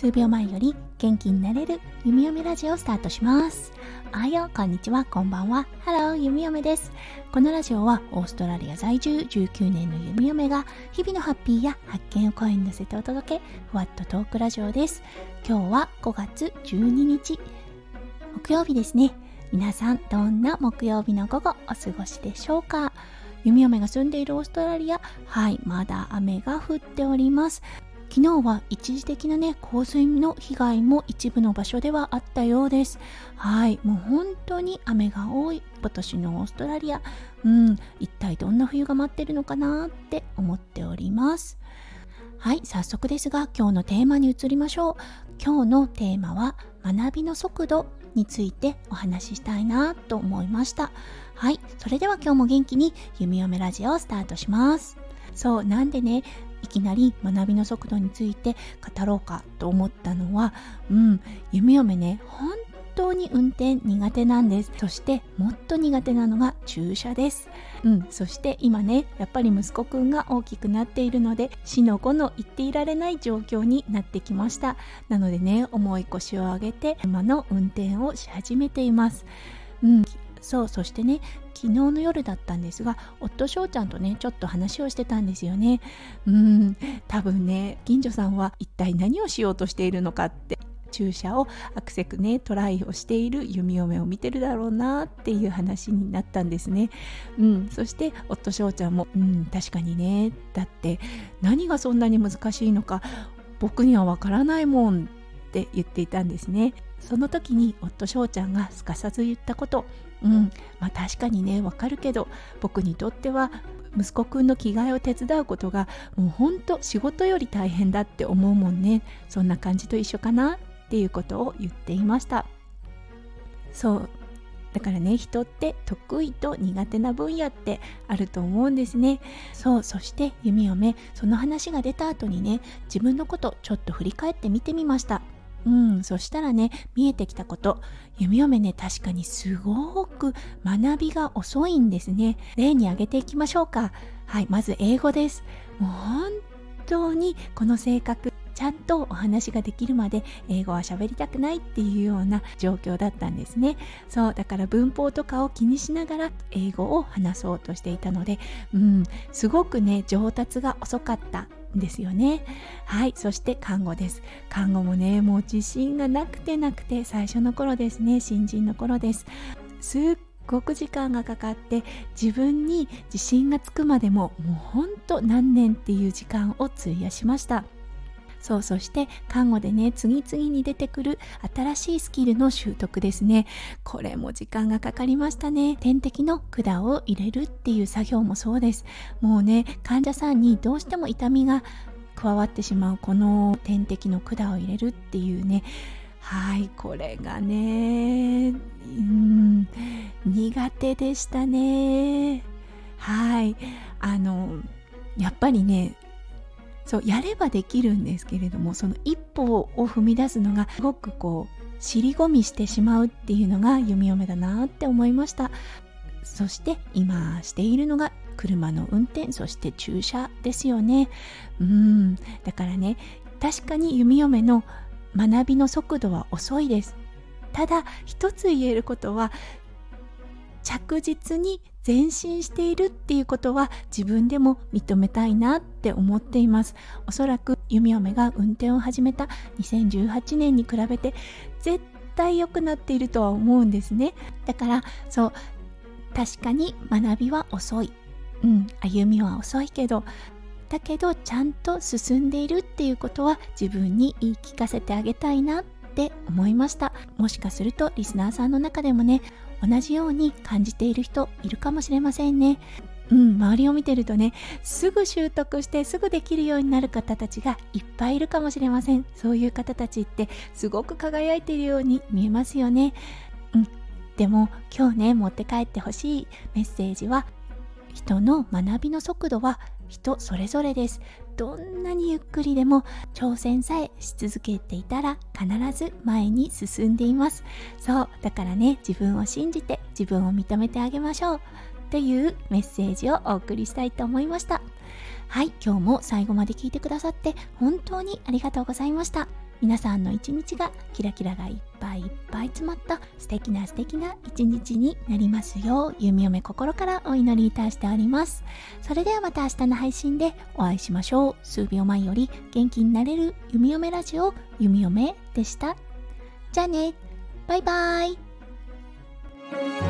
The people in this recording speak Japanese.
10秒前より元気になれる弓嫁ラジオをスタートします。おはよう、こんにちは、こんばんは。ハロー、弓嫁です。このラジオはオーストラリア在住19年の弓嫁が日々のハッピーや発見を声に乗せてお届け、ふわっとトークラジオです。今日は5月12日木曜日ですね。皆さんどんな木曜日の午後お過ごしでしょうか。弓嫁が住んでいるオーストラリア、まだ雨が降っております。昨日は一時的な洪水の被害も一部の場所ではあったようです。もう本当に雨が多い今年のオーストラリア。一体どんな冬が待ってるのかなって思っております。早速ですが今日のテーマに移りましょう。今日のテーマは学びの速度についてお話ししたいなと思いました。それでは今日も元気に弓嫁ラジオをスタートします。なんでいきなり学びの速度について語ろうかと思ったのは、弓嫁本当に運転苦手なんです。そしてもっと苦手なのが駐車です。そして今やっぱり息子くんが大きくなっているので死の子の言っていられない状況になってきました。なので重い腰を上げて今の運転をし始めています。そして昨日の夜だったんですが、夫翔ちゃんとちょっと話をしてたんですよね。多分近所さんは一体何をしようとしているのかって、駐車をアクセクトライをしている弓嫁を見てるだろうなっていう話になったんですね。そして夫翔ちゃんも確かにだって何がそんなに難しいのか僕にはわからないもんって言っていたんですね。その時に夫翔ちゃんがすかさず言ったこと、確かにわかるけど僕にとっては息子くんの着替えを手伝うことがもうほんと仕事より大変だって思うもんね。そんな感じと一緒かなっていうことを言っていました。だから人って得意と苦手な分野ってあると思うんですね。そして弓嫁、その話が出た後に自分のことちょっと振り返ってみてみました。そしたら見えてきたこと、弓嫁確かにすごく学びが遅いんですね。例に挙げていきましょうか。まず英語です。もう本当にこの性格、ちゃんとお話ができるまで英語は喋りたくないっていうような状況だったんですね。だから文法とかを気にしながら英語を話そうとしていたので、すごく上達が遅かったですよね。そして看護です。看護ももう自信がなくて最初の頃ですね、新人の頃です。すっごく時間がかかって自分に自信がつくまでももうほんと何年っていう時間を費やしました。そして看護で次々に出てくる新しいスキルの習得ですね。これも時間がかかりましたね。点滴の管を入れるっていう作業もそうです。もう患者さんにどうしても痛みが加わってしまうこの点滴の管を入れるっていうこれが苦手でしたね。やっぱりやればできるんですけれども、その一歩を踏み出すのがすごく尻込みしてしまうっていうのが弓嫁だなって思いました。そして今しているのが車の運転、そして駐車ですよね。だから確かに弓嫁の学びの速度は遅いです。ただ一つ言えることは、着実に前進しているっていうことは自分でも認めたいなって思っています。おそらく弓嫁が運転を始めた2018年に比べて絶対良くなっているとは思うんですね。だから確かに学びは遅い、歩みは遅いけど、だけどちゃんと進んでいるっていうことは自分に言い聞かせてあげたいなって思いました。もしかするとリスナーさんの中でも同じように感じている人いるかもしれませんね。周りを見てるとすぐ習得してすぐできるようになる方たちがいっぱいいるかもしれません。そういう方たちってすごく輝いているように見えますよね。でも今日持って帰ってほしいメッセージは、人の学びの速度は人それぞれです。どんなにゆっくりでも挑戦さえし続けていたら必ず前に進んでいます。だから自分を信じて自分を認めてあげましょうというメッセージをお送りしたいと思いました。今日も最後まで聞いてくださって本当にありがとうございました。 皆さんの一日がキラキラがいっぱいいっぱい詰まった素敵な一日になりますよう、弓嫁心からお祈りいたしております。それではまた明日の配信でお会いしましょう。数秒前より元気になれる弓嫁ラジオ、弓嫁でした。じゃあね、バイバイ。